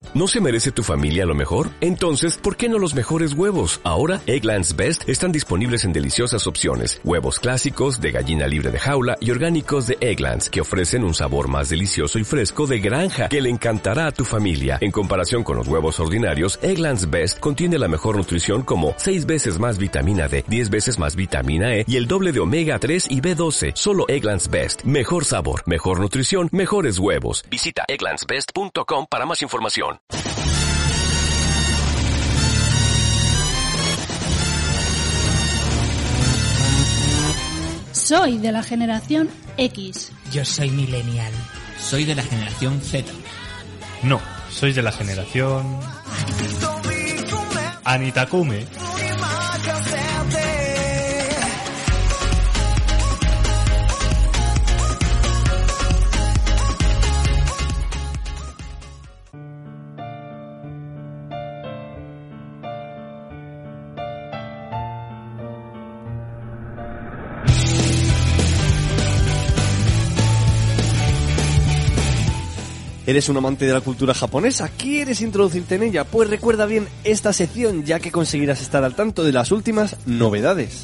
¿No se merece tu familia lo mejor? Entonces, ¿por qué no los mejores huevos? Ahora, Eggland's Best están disponibles en deliciosas opciones. Huevos clásicos, de gallina libre de jaula y orgánicos de Eggland's, que ofrecen un sabor más delicioso y fresco de granja que le encantará a tu familia. En comparación con los huevos ordinarios, Eggland's Best contiene la mejor nutrición como 6 veces más vitamina D, 10 veces más vitamina E y el doble de omega 3 y B12. Solo Eggland's Best. Mejor sabor, mejor nutrición, mejores huevos. Visita egglandsbest.com para más información. Soy de la generación X. Yo soy millennial. Soy de la generación Z. No, soy de la generación Anitakume. ¿Eres un amante de la cultura japonesa? ¿Quieres introducirte en ella? Pues recuerda bien esta sección, ya que conseguirás estar al tanto de las últimas novedades.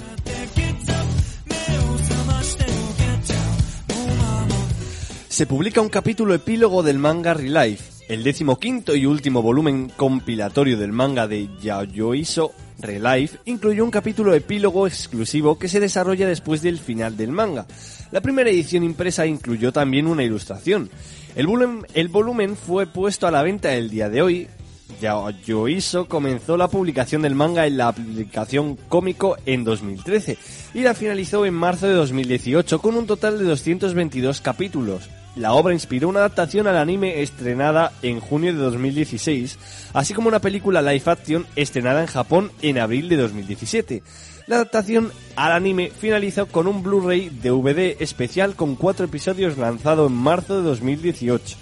Se publica un capítulo epílogo del manga Relife, el 15º y último volumen compilatorio del manga de Yaoyōiso. Relife incluyó un capítulo epílogo exclusivo que se desarrolla después del final del manga. La primera edición impresa incluyó también una ilustración. El volumen fue puesto a la venta el día de hoy. Yaoyōiso comenzó la publicación del manga en la aplicación Cómico en 2013 y la finalizó en marzo de 2018 con un total de 222 capítulos. La obra inspiró una adaptación al anime estrenada en junio de 2016, así como una película live action estrenada en Japón en abril de 2017. La adaptación al anime finalizó con un Blu-ray DVD especial con 4 episodios lanzado en marzo de 2018.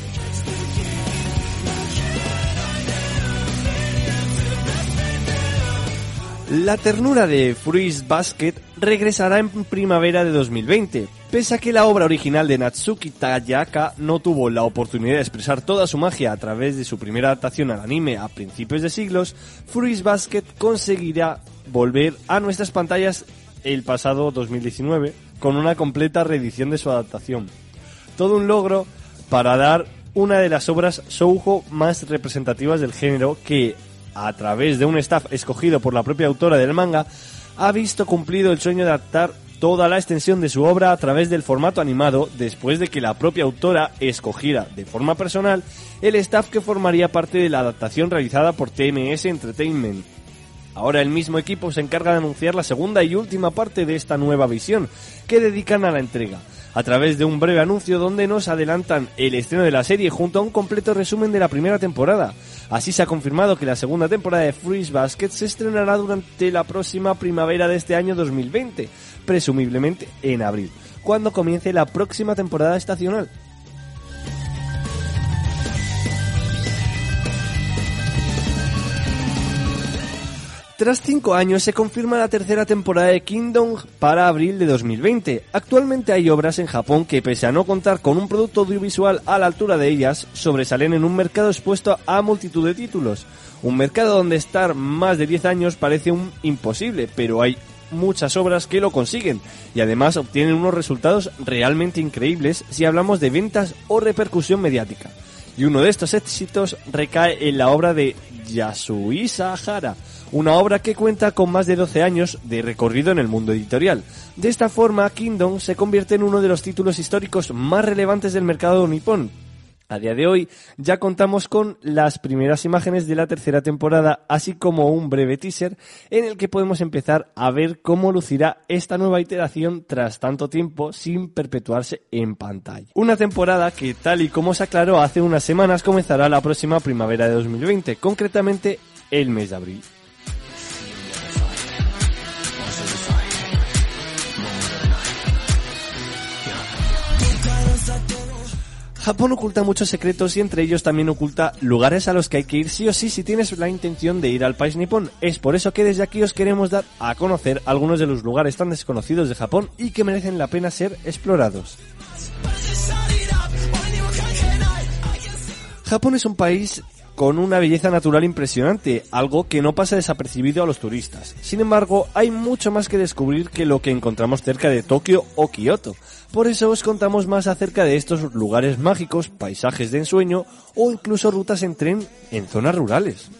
La ternura de Fruits Basket regresará en primavera de 2020. Pese a que la obra original de Natsuki Tayaka no tuvo la oportunidad de expresar toda su magia a través de su primera adaptación al anime a principios de siglos, Fruits Basket conseguirá volver a nuestras pantallas el pasado 2019 con una completa reedición de su adaptación. Todo un logro para dar una de las obras shoujo más representativas del género que, a través de un staff escogido por la propia autora del manga, ha visto cumplido el sueño de adaptar toda la extensión de su obra a través del formato animado, después de que la propia autora escogiera de forma personal el staff que formaría parte de la adaptación realizada por TMS Entertainment. Ahora el mismo equipo se encarga de anunciar la segunda y última parte de esta nueva visión que dedican a la entrega, a través de un breve anuncio donde nos adelantan el estreno de la serie junto a un completo resumen de la primera temporada. Así se ha confirmado que la segunda temporada de Fruits Basket se estrenará durante la próxima primavera de este año 2020, presumiblemente en abril, cuando comience la próxima temporada estacional. Tras 5 años se confirma la tercera temporada de Kingdom para abril de 2020. Actualmente hay obras en Japón que, pese a no contar con un producto audiovisual a la altura de ellas, sobresalen en un mercado expuesto a multitud de títulos. Un mercado donde estar más de 10 años parece un imposible, pero hay muchas obras que lo consiguen y además obtienen unos resultados realmente increíbles si hablamos de ventas o repercusión mediática. Y uno de estos éxitos recae en la obra de Yasuhisa Hara, una obra que cuenta con más de 12 años de recorrido en el mundo editorial. De esta forma, Kingdom se convierte en uno de los títulos históricos más relevantes del mercado nipón. A día de hoy ya contamos con las primeras imágenes de la tercera temporada, así como un breve teaser en el que podemos empezar a ver cómo lucirá esta nueva iteración tras tanto tiempo sin perpetuarse en pantalla. Una temporada que, tal y como se aclaró hace unas semanas, comenzará la próxima primavera de 2020, concretamente el mes de abril. Japón oculta muchos secretos y entre ellos también oculta lugares a los que hay que ir sí o sí si tienes la intención de ir al país nipón. Es por eso que desde aquí os queremos dar a conocer algunos de los lugares tan desconocidos de Japón y que merecen la pena ser explorados. Japón es un país con una belleza natural impresionante, algo que no pasa desapercibido a los turistas. Sin embargo, hay mucho más que descubrir que lo que encontramos cerca de Tokio o Kioto. Por eso os contamos más acerca de estos lugares mágicos, paisajes de ensueño o incluso rutas en tren en zonas rurales.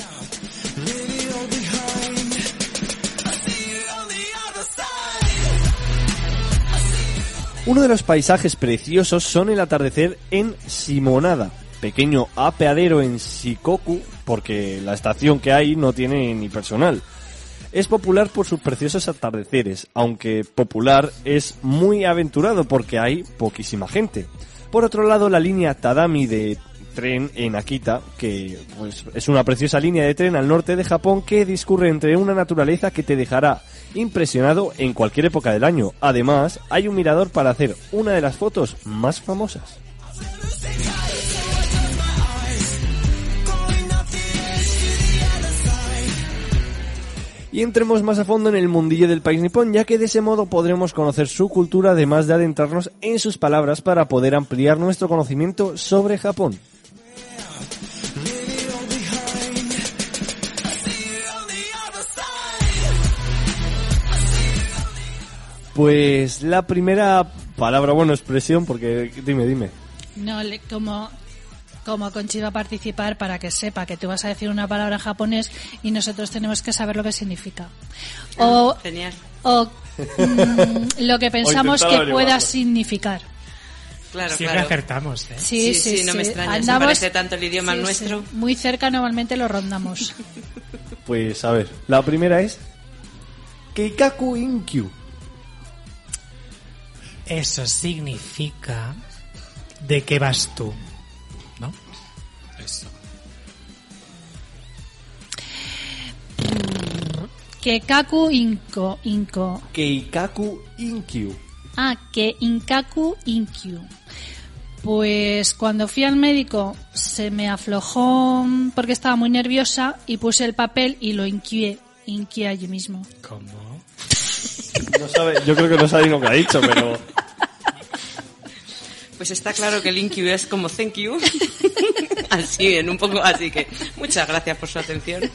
Uno de los paisajes preciosos son el atardecer en Shimonada, pequeño apeadero en Shikoku, porque la estación que hay no tiene ni personal. Es popular por sus preciosos atardeceres, aunque popular es muy aventurado porque hay poquísima gente. Por otro lado, la línea Tadami de tren en Akita, que pues, es una preciosa línea de tren al norte de Japón que discurre entre una naturaleza que te dejará impresionado en cualquier época del año. Además, hay un mirador para hacer una de las fotos más famosas. Y entremos más a fondo en el mundillo del país nipón, ya que de ese modo podremos conocer su cultura, además de adentrarnos en sus palabras para poder ampliar nuestro conocimiento sobre Japón. Pues la primera palabra, bueno, expresión, porque dime. No, como Conchi va a participar, para que sepa que tú vas a decir una palabra en japonés y nosotros tenemos que saber lo que significa. Genial. O lo que pensamos que pueda significar. Claro, siempre acertamos, ¿eh? Sí, no me extraña, andamos, se parece tanto el idioma nuestro. Sí. Muy cerca normalmente lo rondamos. Pues a ver, la primera es Keikaku Inkyu. Eso significa ¿de qué vas tú? ¿No? Eso. Keikaku Inko. Keikaku Inkyu. Keikaku Inkyu. Pues cuando fui al médico se me aflojó porque estaba muy nerviosa y puse el papel y lo inquié allí mismo. ¿Cómo? No sabe, yo creo que no sabe lo que ha dicho, pero... Pues está claro que el Inkyu es como thank you. Así, en un poco así que muchas gracias por su atención.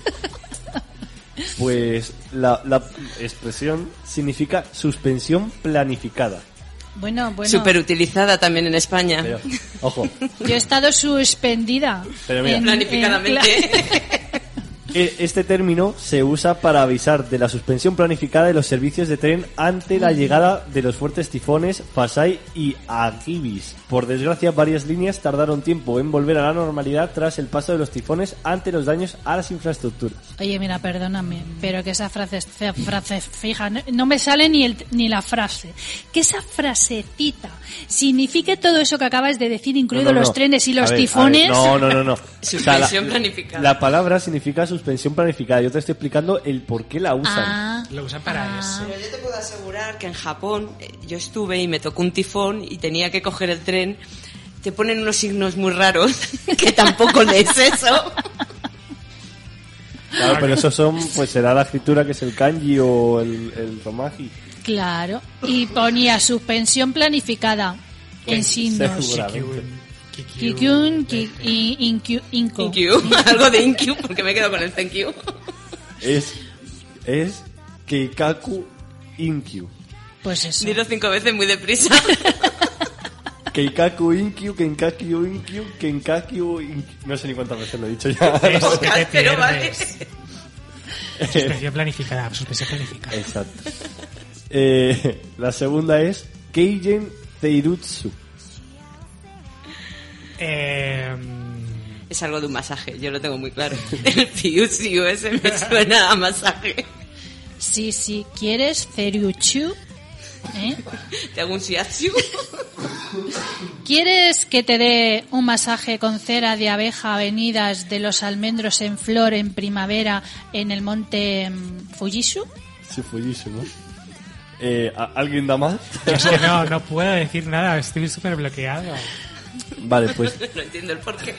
Pues la expresión significa suspensión planificada. Bueno. Súper utilizada también en España. Pero, ojo. Yo he estado suspendida. Pero mira, planificadamente. Este término se usa para avisar de la suspensión planificada de los servicios de tren ante la llegada de los fuertes tifones Fasai y Agibis. Por desgracia, varias líneas tardaron tiempo en volver a la normalidad tras el paso de los tifones ante los daños a las infraestructuras. Oye, mira, perdóname, pero que esa frase fija, no me sale ni la frase. Que esa frasecita signifique todo eso que acabas de decir, incluidos los trenes y los tifones. No. Suspensión planificada. La palabra significa suspensión planificada. Yo te estoy explicando el por qué la usan. Lo usan para eso. Pero yo te puedo asegurar que en Japón yo estuve y me tocó un tifón y tenía que coger el tren. Te ponen unos signos muy raros que tampoco lees eso. Claro, pero esos son, pues será la escritura que es el kanji o el romaji. Claro, y ponía suspensión planificada en signos. Seguramente. Kikyun, Inko. Inkyu, algo de Inkyu, porque me quedo con el thank you. Es Keikaku Inkyu. Pues eso. Dilo 5 veces muy deprisa. Keikaku Inkyu, Kenkaku Inkyu, Kenkaku Inkyu. No sé ni cuántas veces lo he dicho ya. Es que te Pero vale. pierdes. Suspensión planificada. Exacto. La segunda es Keigen Teirutsu. Es algo de un masaje, yo lo tengo muy claro. El Fiusiu ese me suena a masaje. Sí, ¿quieres Feriuchu? ¿Te hago un shiatsu? ¿Quieres que te dé un masaje con cera de abeja avenidas de los almendros en flor en primavera en el monte Fujisu? Sí, Fujisu, ¿no? ¿Alguien da más? Es que no puedo decir nada, estoy súper bloqueado. Vale, pues... No entiendo el porqué.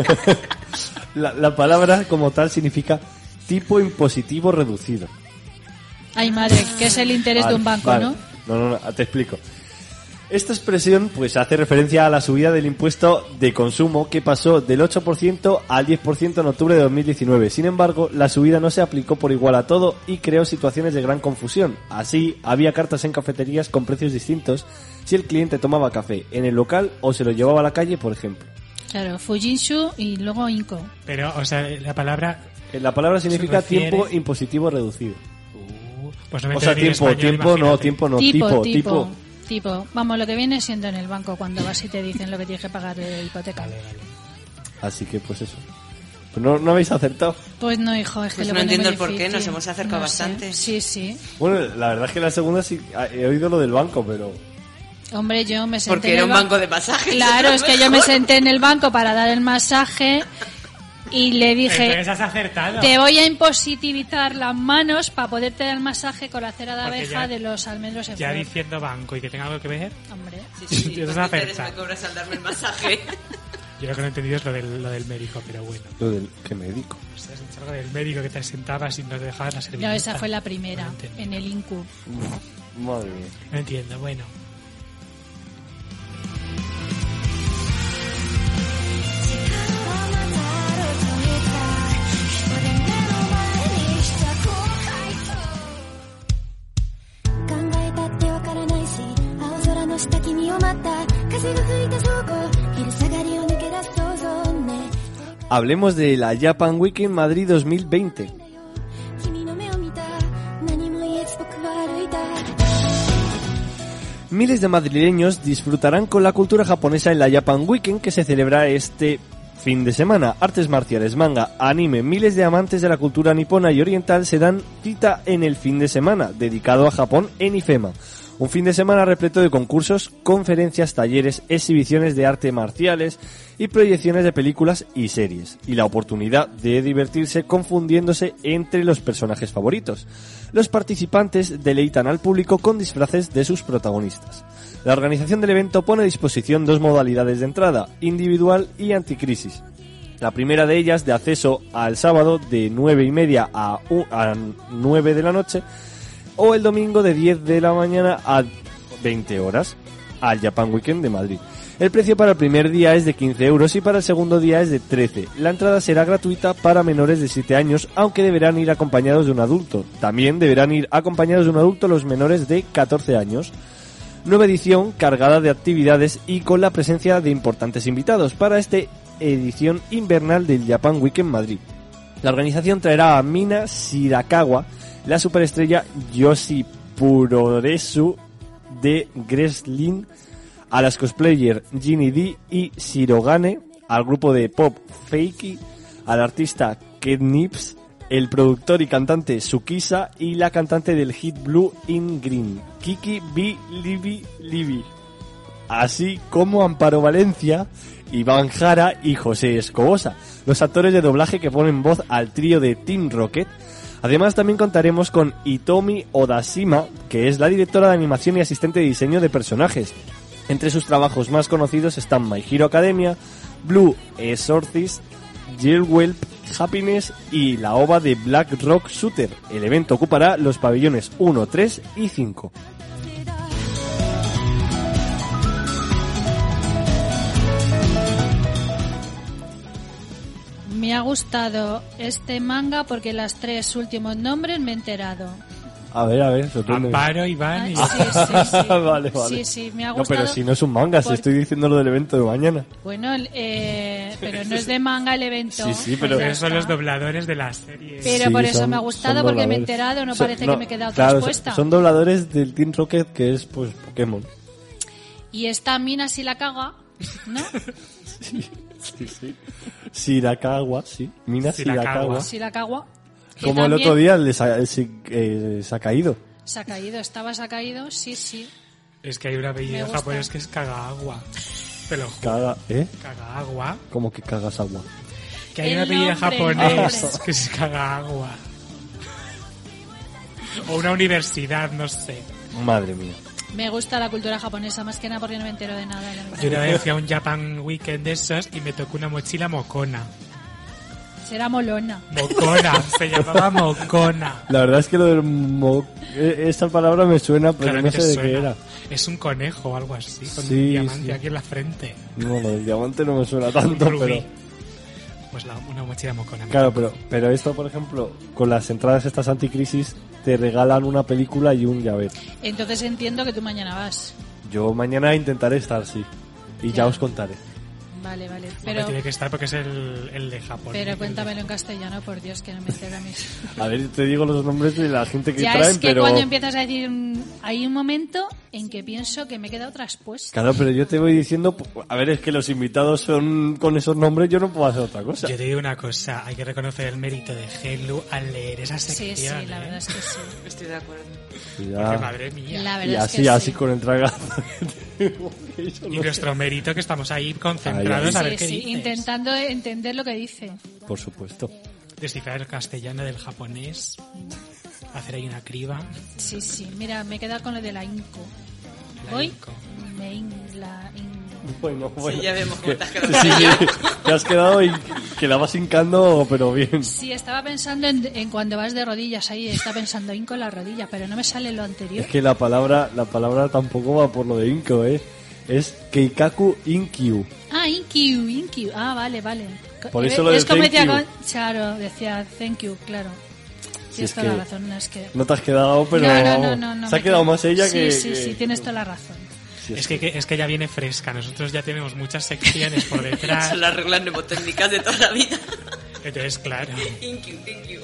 La palabra como tal significa tipo impositivo reducido. Ay, madre, que es el interés de un banco, vale. ¿no? No, te explico. Esta expresión pues hace referencia a la subida del impuesto de consumo que pasó del 8% al 10% en octubre de 2019. Sin embargo, la subida no se aplicó por igual a todo y creó situaciones de gran confusión. Así, había cartas en cafeterías con precios distintos si el cliente tomaba café en el local o se lo llevaba a la calle, por ejemplo. Claro, Fujinshu y luego Inco. Pero, o sea, la palabra... La palabra significa ¿Se refiere? tiempo impositivo reducido. Pues no me O sea, entero ni en español, tiempo no, Tipo. Vamos, lo que viene siendo en el banco cuando vas y te dicen lo que tienes que pagar de hipoteca. Vale. Así que pues eso. Pues no habéis acertado. Pues no, hijo, es que Pues lo no pone entiendo muy el porqué, difícil. nos hemos acercado No sé. bastante. Sí. Bueno, la verdad es que la segunda sí he oído lo del banco, pero... Hombre, yo me senté Porque en era el un banco de masajes. Claro, es que yo me senté en el banco para dar el masaje y le dije, Entonces has acertado. te voy a impositivizar las manos para poderte dar el masaje con la cera de Porque abeja ya- de los almendros en Ya flor. diciendo banco y que tenga algo que ver, Hombre, Sí, Eso es ¿cuántos acertar. intereses me cobras al darme el masaje? yo lo que no he entendido es lo del médico, pero bueno. Lo del que médico. O sea, es algo del médico que te sentabas y no te dejabas la servilleta. no, esa fue la primera, No entiendo. en el INCU. Madre mía. No entiendo, bueno. Hablemos de la Japan Week en Madrid 2020. Miles de madrileños disfrutarán con la cultura japonesa en la Japan Weekend que se celebra este fin de semana. Artes marciales, manga, anime, miles de amantes de la cultura nipona y oriental se dan cita en el fin de semana dedicado a Japón en IFEMA. Un fin de semana repleto de concursos, conferencias, talleres, exhibiciones de arte marciales y proyecciones de películas y series. Y la oportunidad de divertirse confundiéndose entre los personajes favoritos. Los participantes deleitan al público con disfraces de sus protagonistas. La organización del evento pone a disposición dos modalidades de entrada, individual y anticrisis. La primera de ellas de acceso al sábado de 9:30 a 9 de la noche o el domingo de 10 de la mañana a 20 horas al Japan Weekend de Madrid. El precio para el primer día es de 15 euros y para el segundo día es de 13. La entrada será gratuita para menores de 7 años, aunque deberán ir acompañados de un adulto. También deberán ir acompañados de un adulto los menores de 14 años. Nueva edición cargada de actividades y con la presencia de importantes invitados para esta edición invernal del Japan Weekend Madrid. La organización traerá a Mina Shirakawa, la superestrella Yoshi Puroresu de Wrestling, a las cosplayer Ginny D y Shirogane, al grupo de pop Fakey, al artista Knips, el productor y cantante Tsukisa y la cantante del hit Blue in Green, Kiki B. Libby, así como Amparo Valencia, Iván Jara y José Escobosa, los actores de doblaje que ponen voz al trío de Team Rocket. Además también contaremos con Hitomi Odashima, que es la directora de animación y asistente de diseño de personajes. Entre sus trabajos más conocidos están My Hero Academia, Blue Exorcist, Jailwhelp Happiness y la OVA de Black Rock Shooter. El evento ocupará los pabellones 1, 3 y 5. Me ha gustado este manga porque los tres últimos nombres me he enterado. A ver, sorpréndeme. Amparo, Iván Ay, y... sí. Vale. Sí, me ha No, gustado. pero si no es un manga, si por- estoy diciendo lo del evento de mañana. Bueno, pero no es de manga el evento. Sí, Pues pero- ya Esos son está. los dobladores de las series. Pero Sí, por eso son- me ha gustado, son porque me he dobladores. enterado, no Son- parece que me he quedado claro, traspuesta. son dobladores del Team Rocket, que es pues Pokémon. Y esta mina si la caga, ¿no? Sí. Shirakawa, sí. Mina Shirakawa. Si la caga. que Como el también otro día se ha caído. Se ha caído, se ha caído, sí. Es que hay un Me apellido gusta. japonés que es Kagaagua. Te lo juro. Caga, ¿eh? Kagaagua. Como que cagas agua. Que hay un El apellido nombre, japonés nombre. que es Kagaagua. O una universidad, no sé. Madre mía. Me gusta la cultura japonesa, más que nada porque no me entero de nada. Yo una vez fui a un Japan Weekend de esos y me tocó una mochila mocona. Será molona. Mocona, se llamaba Mocona. La verdad es que lo del esa palabra me suena, pero Claro no que sé te de suena. qué era. Es un conejo o algo así, con Sí, un diamante sí. aquí en la frente. No, lo del diamante no me suena tanto, Un rubí. pero... Pues una mochila Mocona. Claro, pero esto, por ejemplo, con las entradas estas anticrisis, te regalan una película y un llavero. Entonces entiendo que tú mañana vas. Yo mañana intentaré estar, sí. Y ya Ya. os contaré. Vale, vale. Pero tiene que estar porque es el de Japón. Pero El cuéntamelo de- en castellano, por Dios, que no me entero a mí. A ver, te digo los nombres de la gente que Ya traen, es que pero... cuando empiezas a decir... Hay un momento en que pienso que me he quedado traspuesta. Claro, pero yo te voy diciendo... A ver, es que los invitados son con esos nombres, yo no puedo hacer otra cosa. Yo te digo una cosa, hay que reconocer el mérito de Gelu al leer esa Sí, sección. sí, la verdad es que sí. Estoy de acuerdo. Ya. Porque, madre mía. La Y verdad así, es que así sí. con el tragazo. Y nuestro mérito que estamos ahí concentrados a ver Sí, qué sí, dices. intentando entender lo que dice. Por supuesto. Descifrar el castellano del japonés, hacer ahí una criba. Sí, sí. Mira, me he quedado con lo de la Inco. La ¿Voy? inco. Bueno, Sí, ya vemos cómo te has Sí, quedado. sí, te has quedado y que la vas hincando, pero bien. Sí, estaba pensando en cuando vas de rodillas ahí, estaba pensando Inco en la rodilla, pero no me sale lo anterior. Es que la palabra tampoco va por lo de Inko, ¿eh? Es Keikaku Inkyu. Ah, Inkyu. Ah, vale, vale. Por eso lo es de como thank decía, you. Claro, decía thank you, claro. Tienes es toda la que razón, no es que... No te has quedado, pero No, se ha me quedado quedo- más ella sí, que... Sí, tienes toda la razón. Sí, Es que ya viene fresca. Nosotros ya tenemos muchas secciones por detrás. Son las reglas mnemotécnicas de toda la vida. Entonces, claro. Thank you.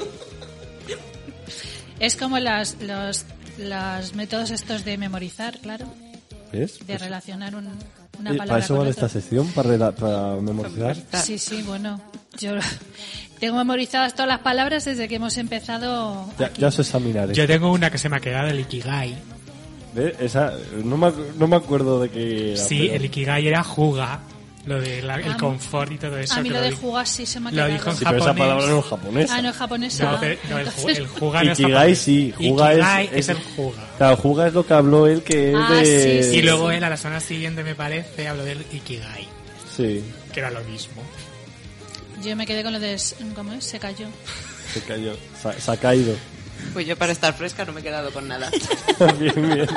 Es como los métodos estos de memorizar, claro, ¿Ves? de relacionar una Para palabra eso con vale otra. esta sección, para memorizar. Sí, sí, bueno, yo tengo memorizadas todas las palabras desde que hemos empezado. aquí. Ya os examinaré. Yo tengo una que se me ha quedado, el Ikigai. ¿Ves? Esa, no me acuerdo de qué era, Sí, pero- el Ikigai era juga. Lo de el Ah, confort y todo eso. A mí que lo de dijo- jugar sí se me ha lo quedado. dijo en Sí, pero esa japonés. palabra no es japonesa. Ah, no es japonesa. No, pero, no, Entonces- el juga no es Ikigai japonés. sí, juga Ikigai es es el juga. Claro, Juga es lo que habló él, que es Ah, de... sí, Y luego él a la semana siguiente, me parece, habló del Ikigai, Sí, que era lo mismo. Yo me quedé con lo de. ¿Cómo es? Se cayó. se cayó. Se ha caído. Pues yo para estar fresca no me he quedado con nada. Bien, bien.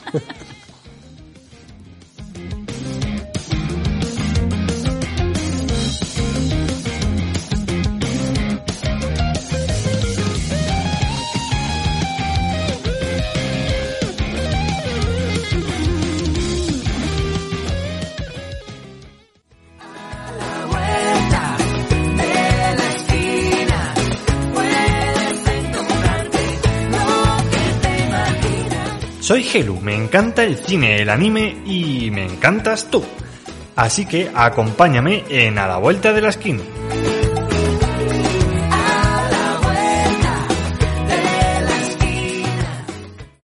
Soy Gelu, me encanta el cine, el anime y me encantas tú. Así que acompáñame en A la Vuelta de la Esquina.